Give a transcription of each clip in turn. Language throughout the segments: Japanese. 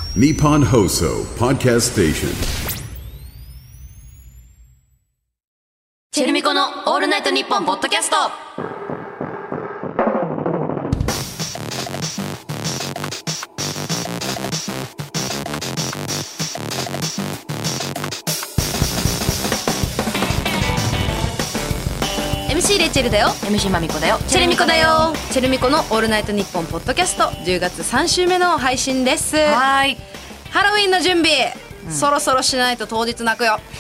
Nippon Hoso Podcast Station。 チェルミコのオールナイトニッポンポッドキャスト。MC レイチェルだよ。 MC マミコだよ。 チェルミコだよ。 チェルミコのオールナイトニッポンポッドキャスト10月3週目の配信です。 はい。 ハロウィンの準備、そろそろしないと当日泣くよ。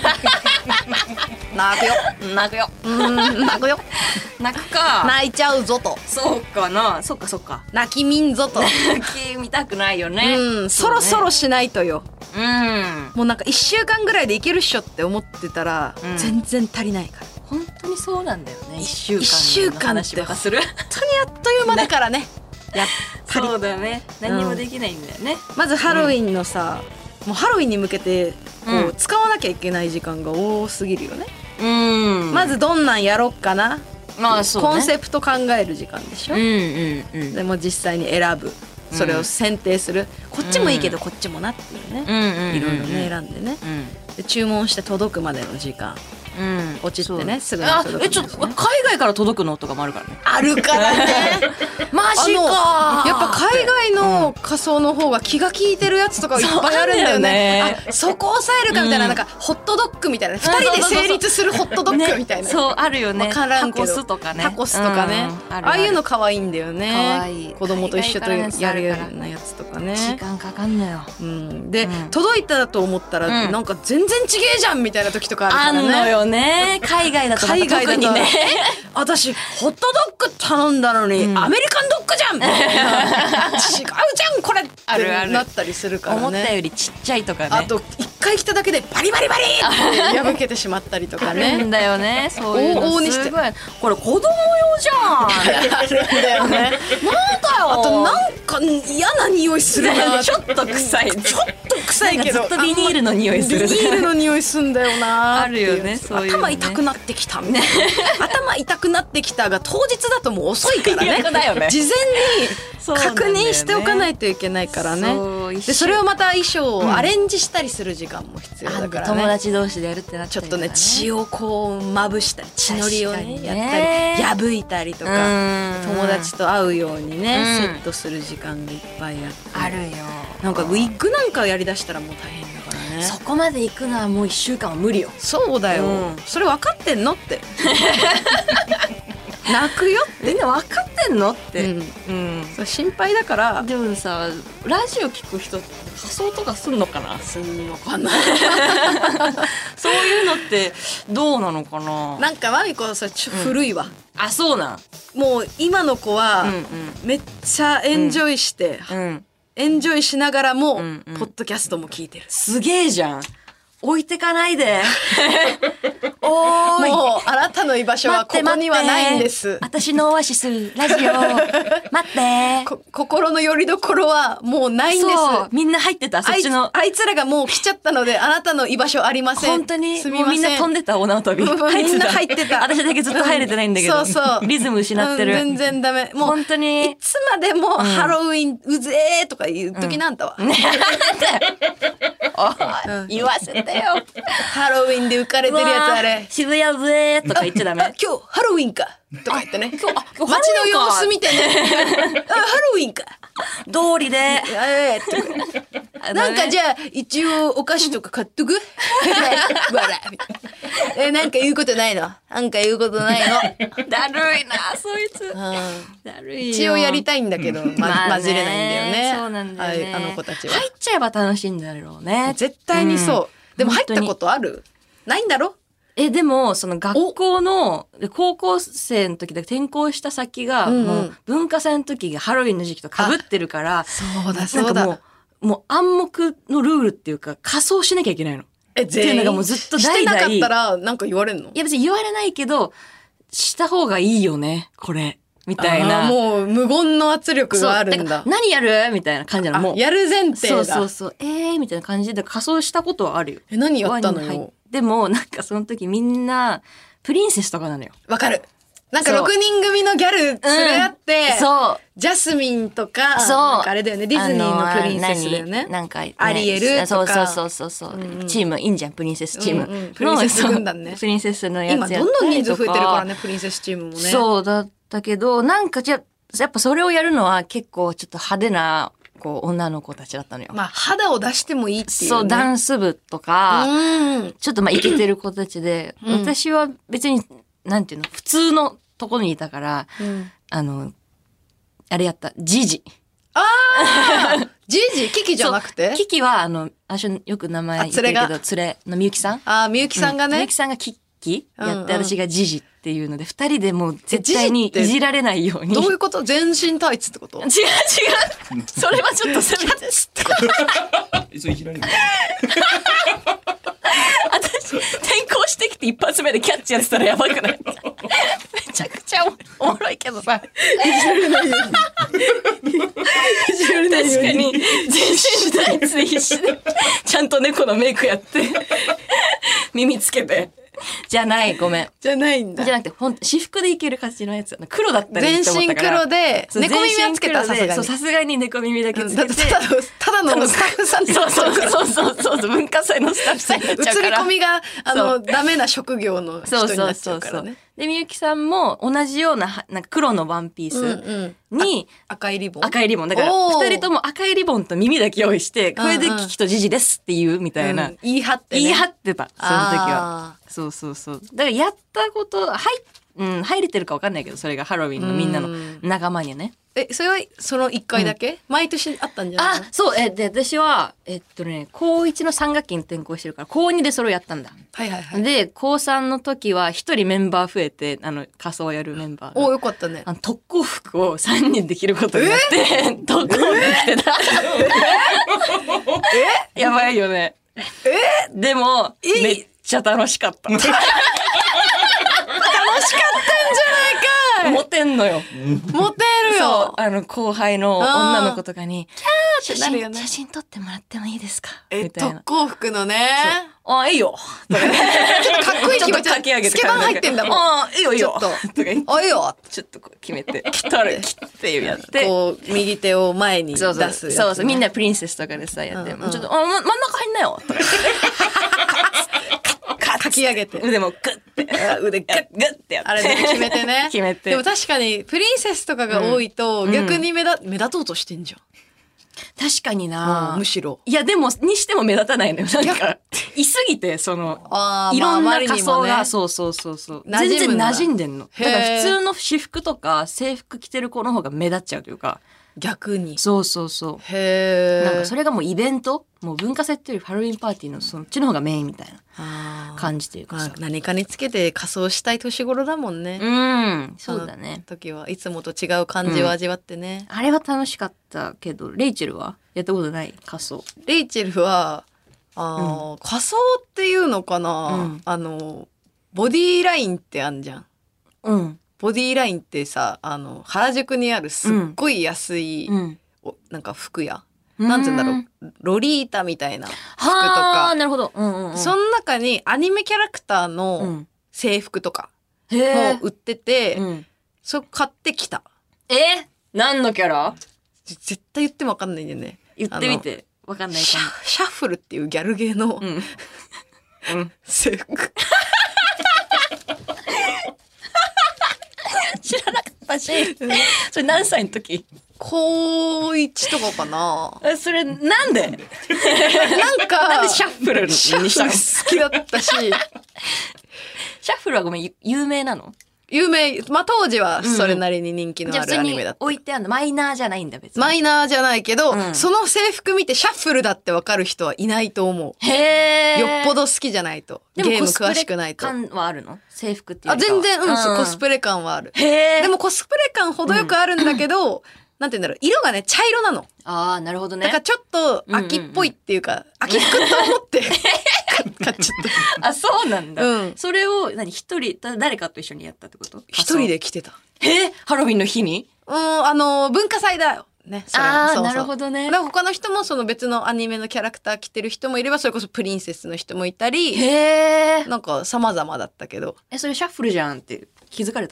泣くよ。 泣くよ。 泣くよ。 泣くか。 泣いちゃうぞと。 そうかな。そっかそっか。 泣きみんぞと。 泣き見たくないよね。 そろそろしないとよ。 うんもうなんか1週間ぐらいでいけるっしょって思ってたら、全然足りないから。 本当にそうなんだよね。 1週間の話ばっかする。本当にあっという間だからね。やっぱりそうだね。何もできないんだよね。 まずハロウィンのさ、もうハロウィンに向けてこう、使わなきゃいけない時間が多すぎるよね。まずどんなんやろっかな、 まあそうね、 コンセプト考える時間でしょ。でも実際に選ぶ、それを選定する、こっちもいいけどこっちもなっていうね、いろいろね選んでね、で注文して届くまでの時間、落ちてね、すぐに届くんですよね。 ちょっと海外から届くのとかもあるからね。 あるからね。 マジか。 やっぱ海外の仮装の方が気が利いてるやつとかいっぱいあるんだよね。そこを抑えるかみたいな、なんかホットドッグみたいな、2人で成立するホットドッグみたいな、 そうあるよね。 タコスとかね、 タコスとかね、ああいうの可愛いんだよね。 可愛い。 子供と一緒とやるようなやつとかね。 時間かかんのよ。 で届いたと思ったらなんか全然ちげえじゃんみたいな時とかあるからね。 あんのよね。海外だと特にね。 私ホットドッグ頼んだのにアメリカンドッグじゃん。違うじゃんこれってなったりするからね。 思ったよりちっちゃいとかね。 あと一回来ただけでバリバリバリって破けてしまったりとかね。 あるんだよね。そういうの往々にしてすごい。これ子供用じゃん。 あるんだよね。 なんだよ。 あとなんか嫌な匂いするな。 ちょっと臭い。 ちょっと臭いけどずっとビニールの匂いする。 ビニールの匂いすんだよな。 あるよね。そういうのね。 頭痛くなってきたみたいな。頭痛くなってきたが当日だともう遅いからね。事前に確認しておかないといけないからね。でそれをまた衣装をアレンジしたりする時間も必要だからね。 友達同士でやるってなっちゃちょっとね、血をこうまぶしたり、血のりをねやったり破いたりとか、友達と会うようにねセットする時間がいっぱいあって、 あるよ。 なんかウィッグなんかやりだしたらもう大変だからね。 そこまで行くのはもう1週間は無理よ。 そうだよ、それ分かってんのって泣くよってみんな分かってんのって、 そう心配だから。 でもさ、ラジオ聞く人って仮装とかすんのかな。 すんのかな。 そういうのってどうなのかな。 なんかマミコそれ古いわ、 あ、そうなん。 もう今の子はめっちゃエンジョイして、エンジョイしながらも、ポッドキャストも聞いてる。 すげえじゃん。置いてかないで。 おーい、もうあなたの居場所はここにはないんです。 私のオアシスラジオ待って心の拠り所はもうないんです。 みんな入ってた。そっちのあいつらがもう来ちゃったのであなたの居場所ありません。 本当にすみません。 みんな飛んでた。お縄跳びみんな入ってた。 私だけずっと入れてないんだけど、そうリズム失ってる、 全然ダメ。もう本当にいつまでもハロウィンうぜーとか言う時なんだわ、 言わせてよ。 ハロウィンで浮かれてるやつあれ。 渋谷うぜーとか言っちゃダメ。 今日ハロウィンかとか言ってね。 今日街の様子見てね。ハロウィンか。 道理で。 なんかじゃあ一応お菓子とか買っとく。なんか言うことないの。なんか言うことないの。 だるいなそいつ。だるいよ。 一応やりたいんだけど混じれないんだよね。 そうなんだよね。 あの子たちは。 入っちゃえば楽しいんだろうね。 絶対にそう。でも入ったことある？ないんだろ？ でもその学校の高校生の時で転校した先がもう文化祭の時がハロウィンの時期と被ってるから、 そうだそうだ。 もう暗黙のルールっていうか仮装しなきゃいけないの。っていうのがもうずっと代々。 してなかったらなんか言われんの？ いや別に言われないけどした方がいいよねこれみたいな。 もう無言の圧力があるんだ。 何やるみたいな感じなの。もうやる前提だ。 そうみたいな感じで仮装したことはあるよ。 何やったのよ。 でもなんかその時みんなプリンセスとかなのよ。 わかる。 なんか6人組のギャル連れ合って、 そう。 ジャスミンとか、 そうなんかあれだよね、ディズニーのプリンセスだよね。 なんか、 アリエルとか。 そう、チーム、いいんじゃん、プリンセスチーム。 プリンセス軍団ね。 プリンセスのやつやったりとか。 今どんどん人数増えてるからね、プリンセスチームもね。 そうだったけど、なんかやっぱそれをやるのは結構ちょっと派手な、女の子たちだったのよ。 まあ、肌を出してもいいっていう、ね。 そう、ダンス部とか、ちょっとイケてる子たちで、私は別に、なんていうの、普通のところにいたから、あれやった、ジジ。 ジキキじゃなくてキキは、私よく名前言ってるけど、連れのみゆきさん。 みゆきさんがね。 みゆきさんがキキやって、私がジジっていうので、二人でもう絶対にいじられないように。 どういうこと？全身タイツってこと？ 違う。それはちょっとキャッツってこと。 それいじられるの？ 私、転校してきて一発目でキャッチやってたらやばくない？めちゃくちゃおもろいけどさ。いじられないように。確かに、全身タイツで必死で、ちゃんと猫のメイクやって、耳つけて。じゃない、ごめん。 じゃないんだ。 じゃなくて、私服でいける感じのやつ。黒だったらいいと思ったから。 全身黒で、猫耳はつけた、さすがに。 そう、さすがに猫耳だけつけて。 ただのスタッフさんそう、文化祭のスタッフさんになっちゃうから。 映り込みが、ダメな職業の人になっちゃうからね。 で、みゆきさんも同じような、なんか黒のワンピースに、 赤いリボン。 赤いリボン。だから、二人とも赤いリボンと耳だけ用意して、これでキキとジジですっていうみたいな。 言い張ってね。 言い張ってた、その時は。そう。だからやったこと、入れてるか分かんないけど、それがハロウィンのみんなの仲間にね。 それはその1回だけ？毎年あったんじゃないの？ そう。で、私は、高1の3学期に転校してるから、高2でそれをやったんだ。 はい。 で、高3の時は1人メンバー増えて、仮装やるメンバーが。 よかったね。 特攻服を3人で着ることになって、特攻服着てた。やばいよね。でも、めっちゃ楽しかった。楽しかったんじゃないかい。 モテんのよ。 モテるよ。 そう、後輩の女の子とかに、 キャーってなるよね。 写真撮ってもらってもいいですかみたいな。 特攻服のね。 いいよ。 ちょっとかっこいい気持ち書き上げて。 スケバン入ってんだもん。 いいよ。 ちょっと。いいよ。 ちょっと決めて。切っていうやって。 右手を前に出す。 そう。みんなプリンセスとかでさ、やって。ちょっと、真ん中入んなよ。とか書き上げて。 腕もグッて。腕グッてやって。 あれで決めてね。 決めて。 でも確かに、プリンセスとかが多いと、逆に目立とうとしてんじゃん。 確かにな、 むしろ。 いや、でも、にしても目立たないのよ。なんか、いすぎて、いろんな仮装が、そう。全然馴染んでんの。だから普通の私服とか制服着てる子の方が目立っちゃうというか。 逆に。 そう。 へー。 なんかそれがもうイベント？もう文化祭っていうよりハロウィンパーティーのそっちの方がメインみたいな感じというかさ。 何かにつけて仮装したい年頃だもんね。 そうだね。 時はいつもと違う感じを味わってね。 あれは楽しかったけど、レイチェルはやったことない仮装？ レイチェルは、仮装っていうのかな、ボディーラインってあんじゃん。ボディーラインってさ、原宿にあるすっごい安い、なんか服屋。なんて言うんだろう。ロリータみたいな服とか。 なるほど。 その中にアニメキャラクターの制服とかも売ってて、それ買ってきた。 何のキャラ？ 絶対言ってもわかんないんだよね。 言ってみて。わかんないかも。 シャッフルっていうギャルゲーの、制服。 知らなかったし、それ何歳の時？ 高1とかかな。 それなんで？なんでシャッフルにしたの？ 好きだったし。シャッフルはごめん、有名なの？ 有名。まあ、当時はそれなりに人気のあるアニメだった。 置いてあるのマイナーじゃないんだ別に。 マイナーじゃないけど、その制服見てシャッフルだってわかる人はいないと思う。 へー。 よっぽど好きじゃなと。ゲーム詳しくないと。 コスプレ感はあるの？制服っていうか。 全然、コスプレ感はある。 へー。 でもコスプレ感ほどよくあるんだけど、なんて言うんだろう、色がね、茶色なの。 なるほどね。 だからちょっと秋っぽいっていうか、秋服と思って買っちゃった。 そうなんだ。それを、一人、誰かと一緒にやったってこと？ 一人で来てた。 ハロウィンの日に？ 文化祭だよ。ね。 なるほどね。 だから他の人もその別のアニメのキャラクター着てる人もいれば、それこそプリンセスの人もいたり、なんか様々だったけど。 それシャッフルじゃんって気づかれた？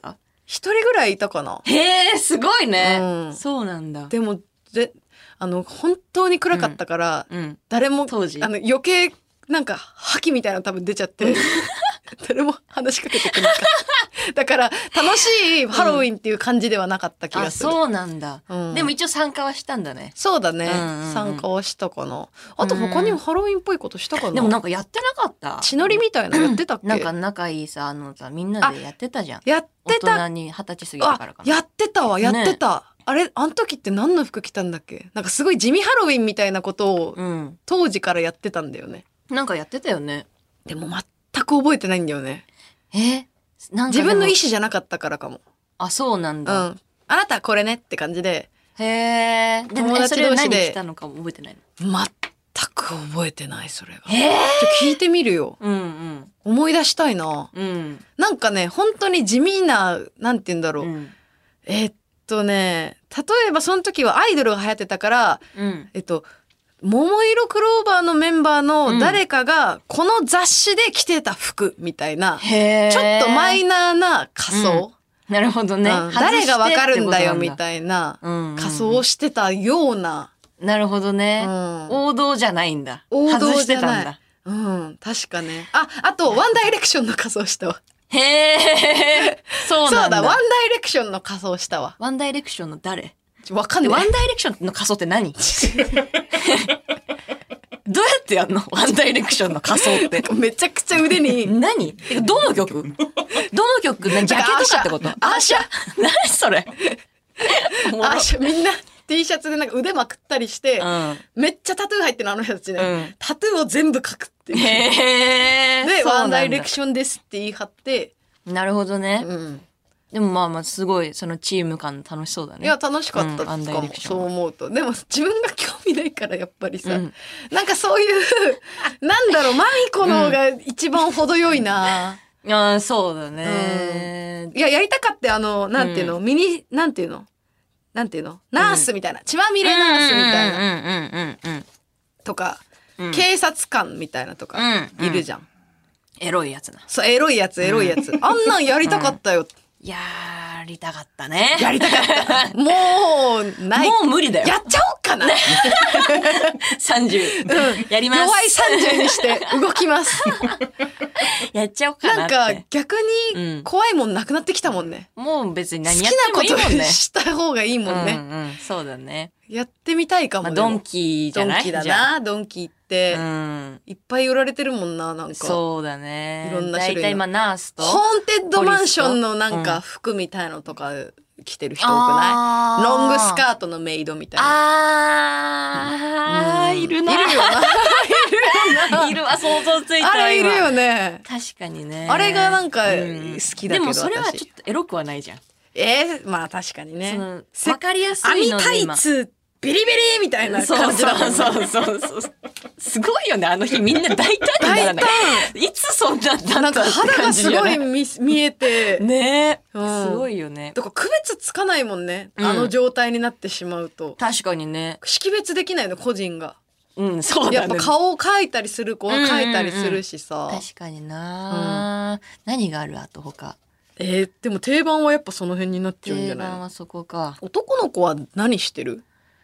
一人ぐらいいたかな。 へえ、すごいね。 うん、 そうなんだ。 でも本当に暗かったから、 うん、 誰も当時余計なんか覇気みたいなの多分出ちゃって誰も話しかけてくれなかっただから楽しいハロウィンっていう感じではなかった気がする、 あ、そうなんだ、 うん、 でも一応参加はしたんだね。 そうだね、参加はしたかな。あと他にもハロウィンっぽいことしたかな。 でもなんかやってなかった？ 血のりみたいなのやってたっけ？ なんか仲いいさみんなでやってたじゃん。 やってた。 大人に20歳過ぎたからかな。 やってたわ、やってた、ね、あれあの時って何の服着たんだっけ？なんかすごい地味ハロウィンみたいなことを当時からやってたんだよね、 なんかやってたよね。 でも全く覚えてないんだよね。 なんか自分の意思じゃなかったからかも。 あ、そうなんだ、 うん、あなたこれねって感じで。 へえ。 友達同士で何着たのかも覚えてないの？全く覚えてない、それが。聞いてみるよ、 うんうん、 思い出したいな、 うん、 なんかね本当に地味な、なんて言うんだろう、例えばその時はアイドルが流行ってたから、桃色クローバーのメンバーの誰かがこの雑誌で着てた服みたいな、ちょっとマイナーな仮装、 なるほどね、 誰がわかるんだよみたいな仮装をしてたような、 なるほどね、王道じゃないんだ。 王道外してたんだ。 確かね。あとワンダイレクションの仮装したわ。 へえ、そうなんだ。 そうだ、ワンダイレクションの仮装したわ。 ワンダイレクションの誰？ わかんない。 ワンダイレクションの仮装って何？どうやってやんの？ワンダイレクションの仮装って。 めちゃくちゃ腕に。 何？どの曲？ジャケとかってこと？ アーシャ。 何それ？ アーシャ、みんな T シャツでなんか腕まくったりして、めっちゃタトゥー入ってるあの人たちね、タトゥーを全部描くっていう。で、ワンダイレクションですって言い張って。 なるほどね。でもまあすごいそのチーム感楽しそうだね。 いや楽しかったかも、そう思うと。でも自分が興味ないからやっぱりさ、なんかそういうなんだろう、マミコの方が一番程よいな。 あ、そうだね。 いややりたかったなんていうの、なんていうのナースみたいな、血まみれナースみたいなとか、警察官みたいなとかいるじゃん。 エロいやつな。 そう、エロいやつ。あんなんやりたかったよ。 やりたかったね。 やりたかった。もうない。 もう無理だよ。 やっちゃおうかな。 30。やります。 弱い30にして動きます。 やっちゃおうかなって。 なんか逆に怖いもんなくなってきたもんね。 もう別に何やってもいいもんね。 好きなことした方がいいもんね。 そうだね。 やってみたいかも。 ドンキじゃない？ ドンキだな。ドンキって、いっぱい売られてるもんな、なんか。 そうだね。 いろんな種類の。 だいたい今ナースとホーンテッドマンションのなんか服みたいのとか着てる人多くない？ロングスカートのメイドみたいな。 いるな。いるよな。いるわ、想像ついた。 あれいるよね。 確かにね。 あれがなんか好きだけど。 でもそれはちょっとエロくはないじゃん。 まあ確かにね。 わかりやすいので網タイツビリビリみたいな感じだもんね。 そうすごいよね、あの日みんな大胆にならない。いつそんなんだったなんか肌がすごい見えてね、すごいよね。 だから区別つかないもんね、あの状態になってしまうと。 確かにね、 識別できないの、個人が。 そうだね。 やっぱ顔を描いたりする子は描いたりするしさ。 確かにな。何がある？あと他。 でも定番はやっぱその辺になっちゃうんじゃない？ 定番はそこか。 男の子は何してる？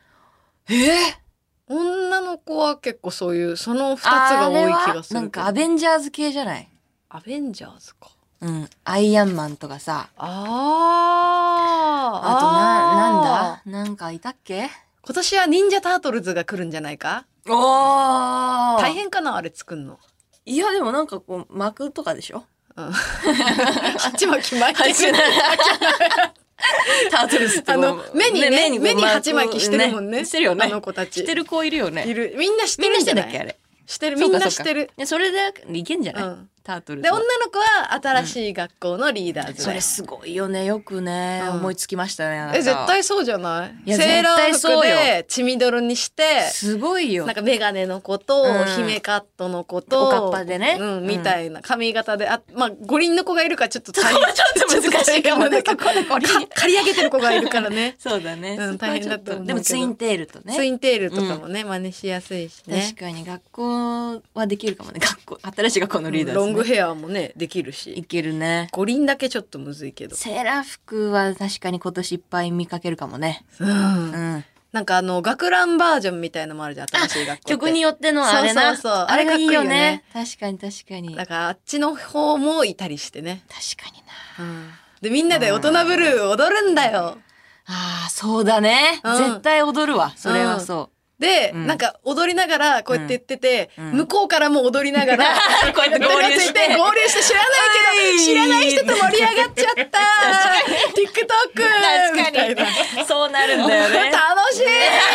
女の子は結構そういうその2つが多い気がする。 なんかアベンジャーズ系じゃない？ アベンジャーズか。 アイアンマンとかさ。あとなんかいたっけ？ 今年は忍者タートルズが来るんじゃないか？大変かな、あれ作んの。 いやでもなんかこう幕とかでしょ。 鉢巻き巻いてる。 タートルズって目に鉢巻きしてるもんね。 してるよね。 あの子たち。 してる子いるよね。 いる。みんなしてるんじゃない？ みんなしてんだっけあれ。 してる、みんなしてる。 それでいけんじゃない？タートルズ。 で、女の子は新しい学校のリーダーズ。 それすごいよね。よくね、思いつきましたね。 絶対そうじゃない？セーラー服で血みどろにして、 すごいよ。 なんかメガネの子と、姫カットの子と、 おかっぱでね。 みたいな髪型で、まあ五輪の子がいるからちょっと難しいかもね。 刈り上げてる子がいるからね。 そうだね。 大変だと思うけど。 でもツインテールとね。 ツインテールとかもね、真似しやすいしね。 確かに学校はできるかもね。新しい学校のリーダーズね。 グヘアもねできるいし、 けるね。 五輪だけちょっとむずいけど、 セーラー服は確かに今年いっぱい見かけるかもね。 うんうん。 なんか学ランバージョンみたいのもあるじゃん、新しい学校って。 曲によってのあれな。 そうそうそうあれがいいよあれかっこいいよねね。 確かに確かに。 だからあっちの方もいたりしてね。 確かにな。 でみんなで大人ブルー踊るんだよ。 ああ、そうだね。 うん絶対踊るわ。それはそで、 うんなんか踊りながらこうやって言ってて、 うん向こうからも踊りながら、 こうやって合流して合流して知らないけど、知らない人と盛り上がっちゃったTikTok 確みたいな。 かに。そうなるんだよね。 楽しい、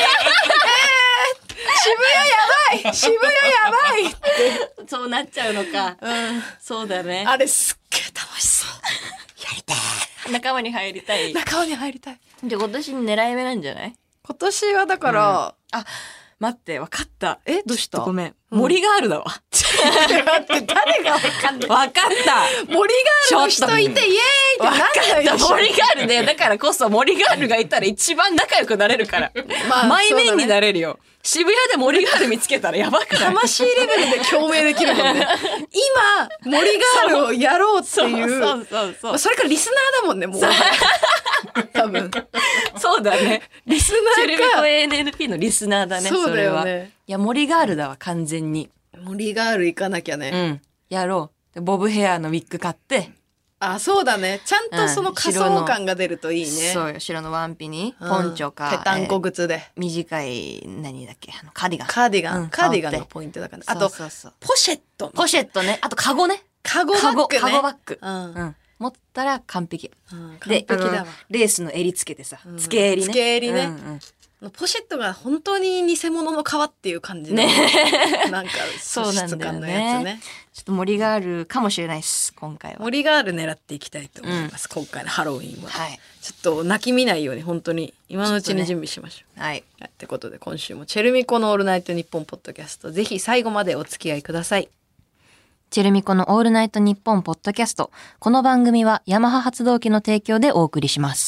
渋谷やばい、渋谷やばいって、 そうなっちゃうのか。そうだね。 あれすっげえ楽しそう。やりたい。 仲間に入りたい。 仲間に入りたい。 じゃあ今年狙い目なんじゃない？ 今年はだから、 あ、待って、わかった。 えどうした？ ごめん。森ガールだわ。 待って誰がわかんない。 わかった。 森ガールの人いてイエーイってなんないでしょ。 森ガールで、だからこそ森ガールがいたら一番仲良くなれるから。 まあ前面になれるよ。渋谷で森ガール見つけたらやばくない？ 魂レベルで共鳴できるもんね。今森ガールをやろうっていう。 そうそうそう。 それからリスナーだもんね、もう。多分。 そうだね。 リスチェナーか。 ルミコ ANNP のリスナーだね。 そうだよねそれは。いや、森ガールだわ、完全に。 森ガール行かなきゃね。 うん。やろう。でボブヘアのウィッグ買って。 あ、そうだね。ちゃんとその仮想感が出るといいね。 そうよ。白のワンピに、ポンチョか。 ぺたんこ靴で。 短い、何だっけ、カーディガン。 カーディガン。 うんカーディガンのポイントだからね。あと、 そうそうそうポシェット。 ポシェットね。あと、カゴね。 カゴバッグね。 カゴバッグ。 うん。 うん。持ったら完璧。 完で、 璧だわ。 レースの襟つけてさ、付け襟ね。 付け襟ねうんうんポシェットが本当に偽物の皮っていう感じの、 ねなんかそうなんだよね質感のやつね。 ちょっと森ガールかもしれないです今回は。 森ガール狙っていきたいと思います、今回のハロウィンは、 はい。 ちょっと泣き見ないように本当に今のうちに準備しましょう。 はい。 はい、ってことで今週もチェルミコのオールナイトニッポンポッドキャストぜひ最後までお付き合いください。 チェルミコのオールナイトニッポンポッドキャスト。この番組はヤマハ発動機の提供でお送りします。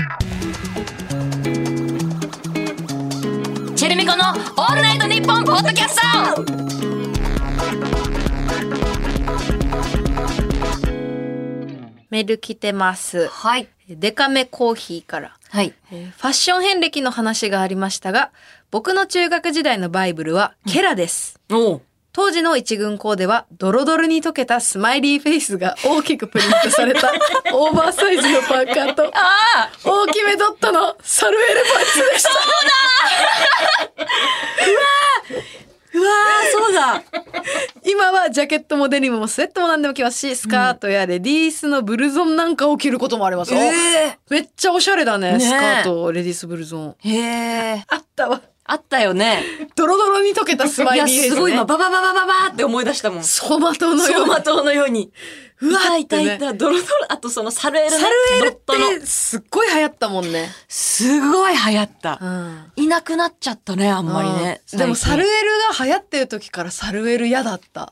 チェルミコのオールナイトニッポンポッドキャスト。 メール来てます。 はい。 デカメコーヒーから。 はい。 ファッション遍歴の話がありましたが、僕の中学時代のバイブルはケラです。 おう。 当時の一軍コーデはドロドロに溶けたスマイリーフェイスが大きくプリントされたオーバーサイズのパーカーと大きめドットのサルエルパンツでした。 うわー、そうだ。 今はジャケットもデニムもスウェットも何でも着ますし、スカートやレディースのブルゾンなんかを着ることもあります。めっちゃおしゃれだね。 ねスカート、レディースブルゾン。 へえ。 あったわ。 あったよね。 ドロドロに溶けたスマイリーフェイス、ね。 いや、すごい今、ババババババーって思い出したもん。 走馬灯のように。 走馬灯のように。 うわいたいたいた、ドロドロ。あとそのサルエルね。 サルエルっドットのてすっごい流行ったもんね。 すごい流行った。 うん。 いなくなっちゃったね、あんまりね。 でもサルエエルが流行ってる時からサルエル嫌だった。 は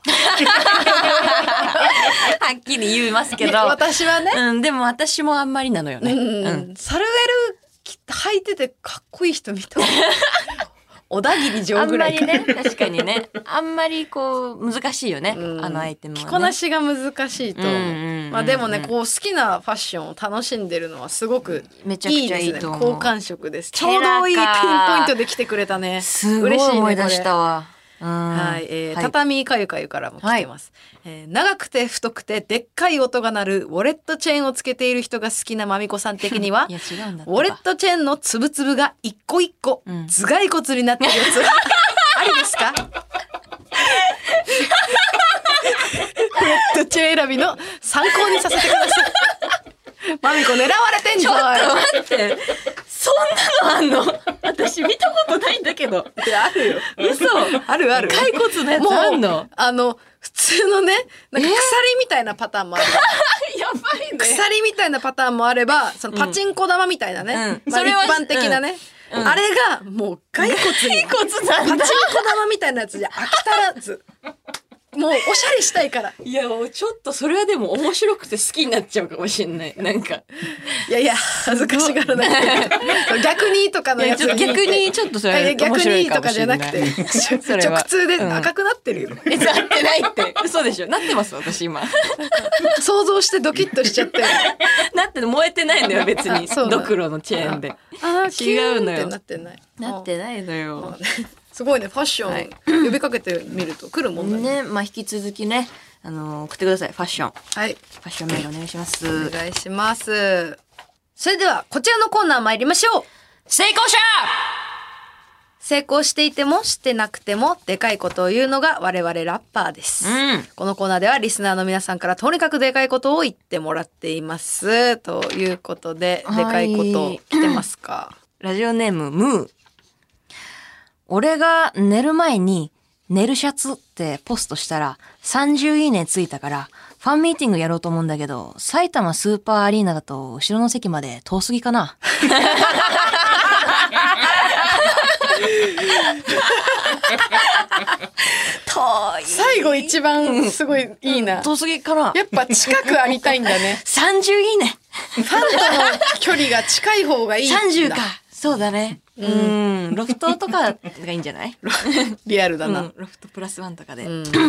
っきり言いますけど。 私はね。 うん、でも私もあんまりなのよね。うん。 サルエル履いててかっこいい人見た。小田切城あんぐらいかまりね、確かにね。あんまりこう、難しいよね。あのアイテムはね。 着こなしが難しいと思う。 うんうんうんうんまあでもね、こう好きなファッションを楽しんでるのはすごくめちゃくちゃいいですね。 と思う好感触です。ちケラかょうどいいピンポイントで来てくれたね。 すごい嬉しいね思い出したこわ。うんれはい、畳かゆかゆからも来てます、長くて太くてでっかい音が鳴るウォレットチェーンをつけている人が好きなまみこさん的にはいや違うんだってばウォレットチェーンのつぶつぶが一個一個ん頭蓋骨になってるやつありですか？ウォレットチェーン選びの参考にさせてください。まみこ狙われてんじゃん。 待って、そんなのあんの？私見たことないんだけど。 いやあるよ。 嘘。 あるある。 骸骨のやつあんの？ 普通のね、なんか鎖みたいなパターンもある。 やばいね。 鎖みたいなパターンもあれば、そのパチンコ玉みたいなね。まあうんそれは一般的なね。あれがもう骸骨に。 骸骨なんだ。 パチンコ玉みたいなやつじゃ飽き足らず。 もうおしゃれしたいから。 いやちょっとそれはでも面白くて好きになっちゃうかもしれない。なんかいやいや恥ずかしがらない逆にとかのやつ逆にちょっとそれ面白いかもしれない。 逆にとかじゃなくて直通で赤くなってるよ、 なってないって嘘でしょ。なってます私今想像してドキッとしちゃってなって燃えてないのよ別にそうドクロのチェーンで違うのよ。 なってないなってないのよ。 すごいねファッション呼びかけてみると来るもんだね。 ね、まあ引き続きね送ってくださいファッション。 はい、 ファッションメールお願いします。 お願いします。それではこちらのコーナー参りましょう。 成功者。 成功していてもしてなくてもでかいことを言うのが我々ラッパーです、このコーナーではリスナーの皆さんからとにかくでかいことを言ってもらっていますということで、でかいこと来てますか。 ラジオネームムー。俺が寝る前に寝るシャツってポストしたら30いいねついたからファンミーティングやろうと思うんだけど、埼玉スーパーアリーナだと後ろの席まで遠すぎかな。遠い。 最後一番すごいいいな、 遠すぎかな。 やっぱ近くありたいんだね。 30いいね。 ファンとの距離が近い方がいいんだ。 30か。そうだね。ロフトとかがいいんじゃない？ リアルだな。 ロフトプラスワンとかで。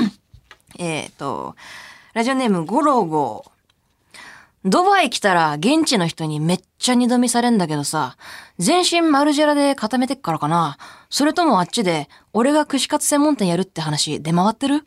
ラジオネームゴロゴ。ドバイ来たら現地の人にめっちゃ二度見されんだけどさ、全身マルジェラで固めてっからかな。それともあっちで俺が串カツ専門店やるって話出回ってる？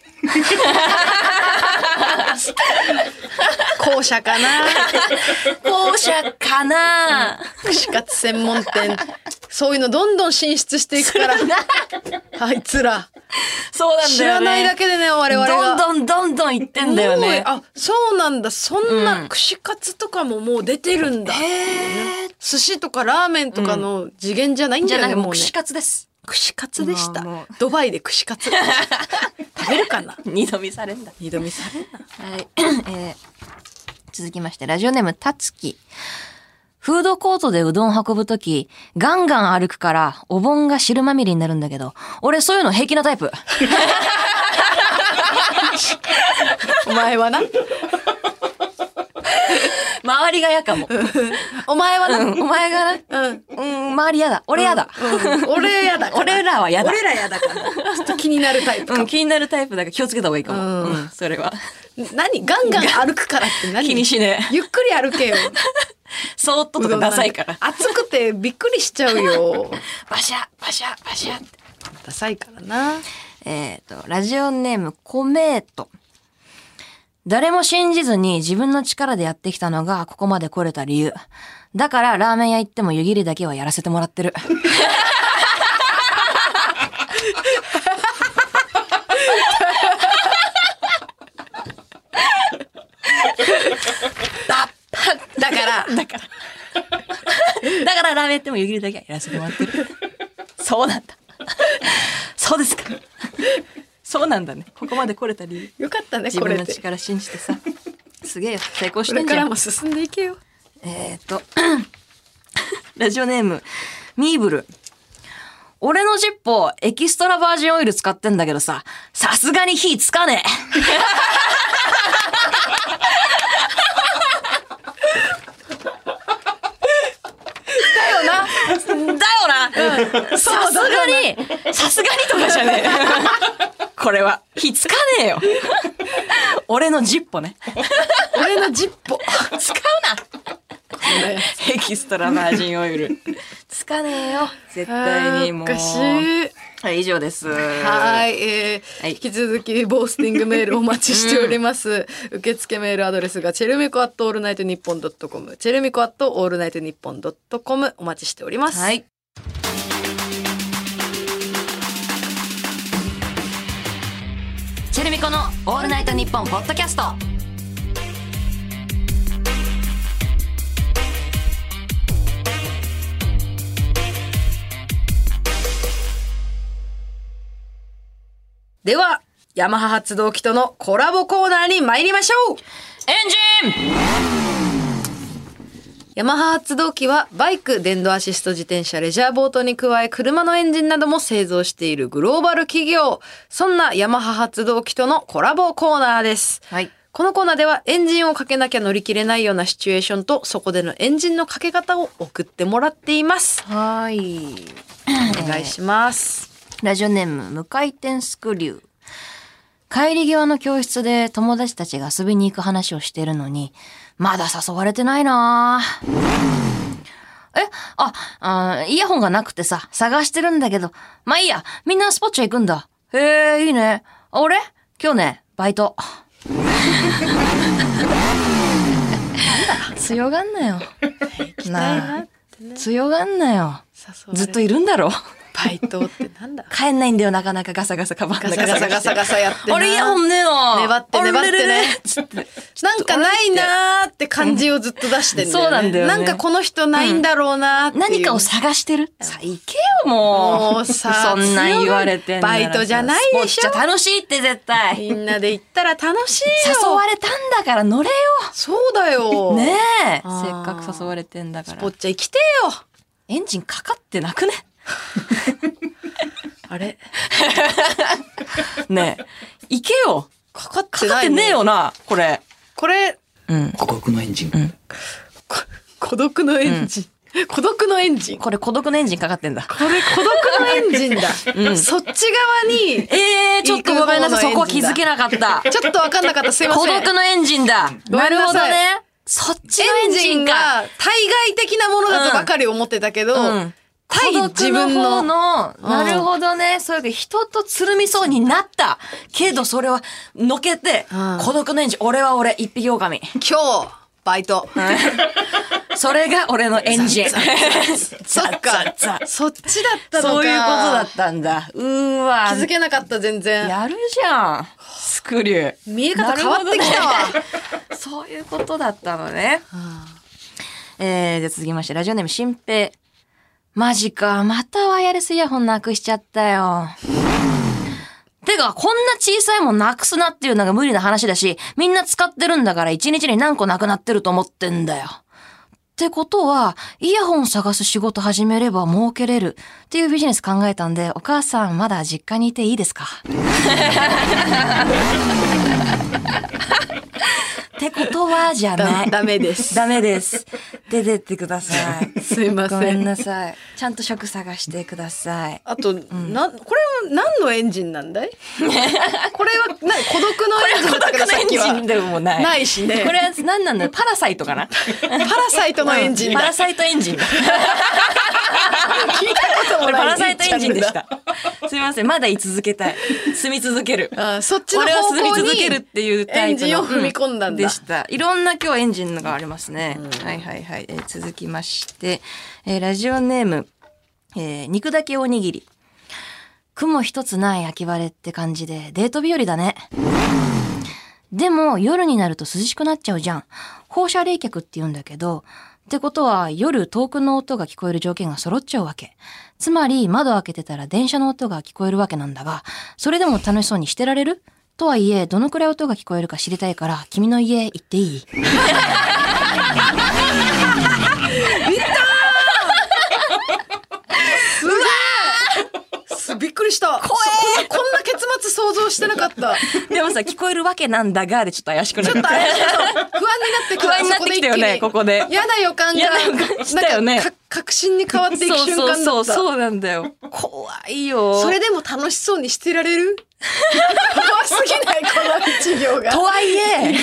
後者かな。 後者かな。 串カツ専門店、そういうのどんどん進出していくからあいつらそうなんだよね。 知らないだけでね我々がどんどん言ってんだよね。 あ、そうなんだ。そんな串カツとかももう出てるんだ、寿司とかラーメンとかの次元じゃないんだよね、もうね。 串カツです。 串カツでした。ドバイで串カツ食べるかな。 二度見されんだ。 二度見されんだ。はい。続きましてラジオネームたつき。フードコートでうどん運ぶときガンガン歩くからお盆が汁まみれになるんだけど、俺そういうの平気なタイプ。 お前はな。 周りが嫌かも。 お前はな。 お前がな。周り嫌だ。俺嫌だ。 俺嫌だ。 俺らは嫌だ。 俺ら嫌だから。ちょっと気になるタイプか。 気になるタイプだから気をつけた方がいいかも。それは。 何ガンガン歩くからって何？ 気にしねえ。 ゆっくり歩けよ。 そーっととかダサいから。 暑くてびっくりしちゃうよ。 バシャバシャバシャって。 ダサいからな。 ラジオネームコメート。誰も信じずに自分の力でやってきたのがここまで来れた理由。だからラーメン屋行っても湯切りだけはやらせてもらってる。 だからラーメン行っても湯切りだけはやらせてもらってる。そうなんだ。そうですか。そうなんだね。ここまで来れた理由。 よかったね。 自分の力信じてさ。すげえよ。成功してんじゃん。 これからも進んでいけよ。 ラジオネームミーブル。俺のジッポエキストラバージンオイル使ってんだけどさ、さすがに火つかねえ。だよな。さすがにとかじゃねえ。これは火つかねえよ。俺のジッポね。 俺のジッポ使うな。エキストラバージンオイルつかねえよ絶対に。もうおかしい。 はい、以上です。 はい、引き続きボースティングメールお待ちしております。受付メールアドレスがチェルミコアットオールナイトニッポンドットコム、チェルミコアットオールナイトニッポンドットコム、お待ちしております。 はい。チェルミコのオールナイトニッポンポッドキャスト。 ではヤマハ発動機とのコラボコーナーに参りましょう。 エンジン。 ヤマハ発動機はバイク、電動アシスト自転車、レジャーボートに加え車のエンジンなども製造しているグローバル企業。そんなヤマハ発動機とのコラボコーナーです。 はい。 このコーナーではエンジンをかけなきゃ乗り切れないようなシチュエーションとそこでのエンジンのかけ方を送ってもらっています。 はい。 お願いします。 ラジオネーム無回転スクリュー。帰り際の教室で友達たちが遊びに行く話をしてるのにまだ誘われてないな。イヤホンがなくてさ探してるんだけど、まあいいや、みんなスポッチャ行くんだ。へえ、いいね。俺今日ねバイト。強がんなよ。なあ、強がんなよ。ずっといるんだろ。 バイトってなんだ。 帰んないんだよ、なかなかガサガサカバンガサガサガサガサやってな。 俺イヤホンねえの。 粘ってね。なんかないなーって感じをずっと出してんだよね。 そうなんだよね。 なんかこの人ないんだろうなーっていう。 何かを探してる。さあ行けよもうさ、そんなん言われてんならバイトじゃないでしょ。 スポッチャ楽しいって絶対。 みんなで行ったら楽しいよ。 誘われたんだから乗れよ。 そうだよ。 ねえ。せっかく誘われてんだから。 スポッチャ生きてよ。 エンジンかかってなくね。 あれねえ、行けよ。 かかってない、 かかってねえよな、これ。 うん。 孤独のエンジン。 孤独のエンジン。孤独のエンジン。 これ孤独のエンジンかかってんだ。 これ孤独のエンジンだ。そっち側に。 ちょっとごめんなさい、そこは気づけなかった。 ちょっとわかんなかった、すいません。 孤独のエンジンだ。なるほどね。そっちのエンジンが対外的なものだとばかり思ってたけど、対自分の。 なるほどね。そういう人とつるみそうになった。けどそれはのけて、孤独のエンジン。俺は俺、一匹狼。 今日、バイト。 それが俺のエンジン。 そっか。そっちだったのか。 そういうことだったんだ。わ。 気づけなかった全然。 やるじゃん。スクリュー。 見え方変わってきたわ。 そういうことだったのね。じゃあ続きまして、ラジオネームしんぺい。マジか、またワイヤレスイヤホンなくしちゃったよ。てか、こんな小さいもんなくすなっていうのが無理な話だし、みんな使ってるんだから1日に何個なくなってると思ってんだよ。ってことは、イヤホン探す仕事始めれば儲けれるっていうビジネス考えたんで、お母さんまだ実家にいていいですか？ってことはじゃない。 ダメです。 ダメです。出てってください。 すいません。 ごめんなさい。ちゃんと職探してください。 あと、これは何のエンジンなんだい？これは孤独のエンジンだったけどさっきは。 孤独のエンジンでもない。 ないしね。 これは何なんだよ。パラサイトかな？ パラサイトのエンジンだ。 パラサイトエンジンだ。 聞いたこともない。 パラサイトエンジンでした。すみません。まだ居続けたい。住み続ける。 そっちの方向に俺は住み続けるっていうタイプのエンジンを踏み込んだんだ。 でした。いろんな今日エンジンがありますね。はいはいはい。続きまして、ラジオネーム、肉だけおにぎり。雲一つない秋晴れって感じでデート日和だね。でも夜になると涼しくなっちゃうじゃん。放射冷却って言うんだけど、ってことは夜遠くの音が聞こえる条件が揃っちゃうわけ。つまり窓開けてたら電車の音が聞こえるわけなんだが、それでも楽しそうにしてられる？とはいえ、どのくらい音が聞こえるか知りたいから、君の家行っていい？ びっくりした。こんな結末想像してなかった。 でもさ、聞こえるわけなんだがでちょっと怪しくなる。 ちょっと怪しい。不安になってきたよね、ここで。 嫌な予感がしたよね。 確信に変わっていく瞬間だった。 そうなんだよ。怖いよ。 それでも楽しそうにしてられる？怖すぎないこの一行が。 とはいえ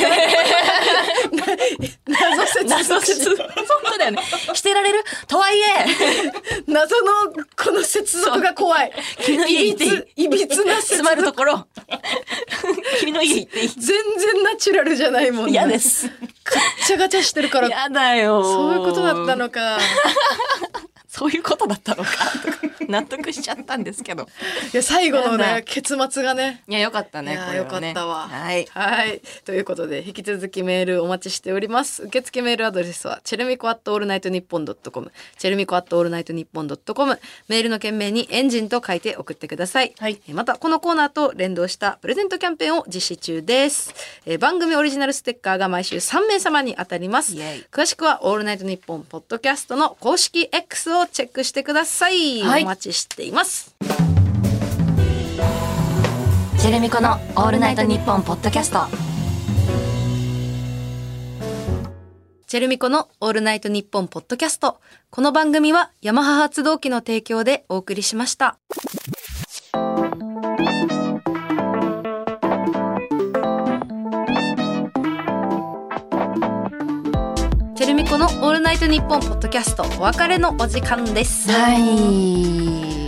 謎説。 本当だよね。してられる？とはいえ謎のこの接続が怖い。 君の家行っていい？ いびつな接続。 詰まるところ。君の家行っていい？ 全然ナチュラルじゃないもんね。 嫌です。 ガッチャガチャしてるから。 嫌だよ。 そういうことだったのか。 そういうことだったのかとか納得しちゃったんですけど、 いや最後のなんだね結末がね、 いやよかったね、 いやこれはね。 よかったわ。 はいはいということで引き続きメールお待ちしております。受付メールアドレスはチェルミコ@allnightnippon.com、チェルミコ@allnightnippon.com、メールの件名にエンジンと書いて送ってください。 はいまたこのコーナーと連動したプレゼントキャンペーンを実施中です。番組オリジナルステッカーが毎週3名様に当たります。 イエイ詳しくはオールナイトニッポンポッドキャストの公式 X をチェックしてください。 はいお待ちしています。 ジェレミコのオールナイトニッポンポッドキャスト。 チェルミコのオールナイトニッポンポッドキャスト。この番組はヤマハ発動機の提供でお送りしました。チェルミコのオールナイトニッポンポッドキャスト、お別れのお時間です。 はい。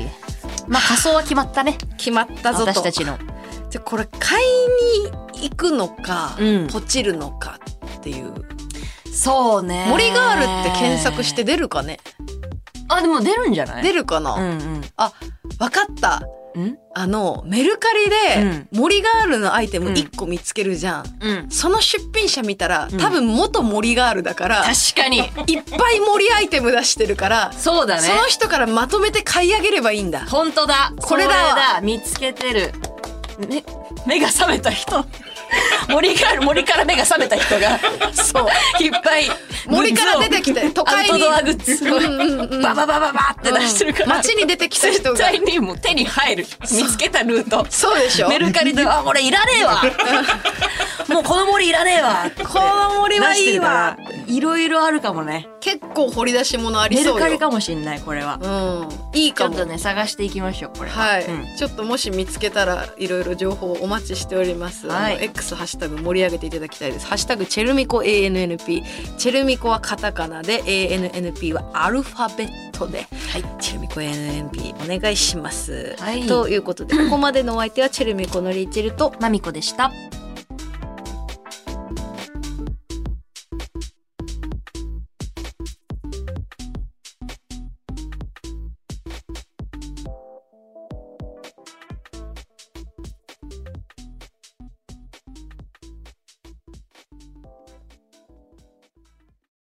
まあ仮装は決まったね。 決まったぞと。 私たちの。 じゃこれ買いに行くのか、ポチるのかっていう。 そうね。 森ガールって検索して出るかね。 あ、でも出るんじゃない？ 出るかな。あ、わかった。メルカリで森ガールのアイテム1個見つけるじゃん。その出品者見たら多分元森ガールだから、 確かにいっぱい森アイテム出してるから、 そうだね。 その人からまとめて買い上げればいいんだ。 本当だ。 これだわ。 見つけてる。目が覚めた人。森から目が覚めた人がそういっぱい森から出てきて都会にアウトドアグッズをバババババって出してるから、 街に出てきた人が絶対にもう手に入る。見つけたルート。 そうでしょ。 メルカリでこれいらねえわもうこの森いらねえわこの森はいいわ。 いろいろあるかもね。 結構掘り出し物ありそうよ。 メルカリかもしんないこれは。 いいかも。 ちょっとね探していきましょうこれは。 はい、ちょっともし見つけたらいろいろ情報お待ちしております。X ハッシュタグ盛り上げていただきたいです。ハッシュタグチェルミコ ANNP。チェルミコはカタカナで ANNP はアルファベットで、チェルミコ ANNP お願いします。ということでここまでのお相手はチェルミコのリーチェルとマミコでした。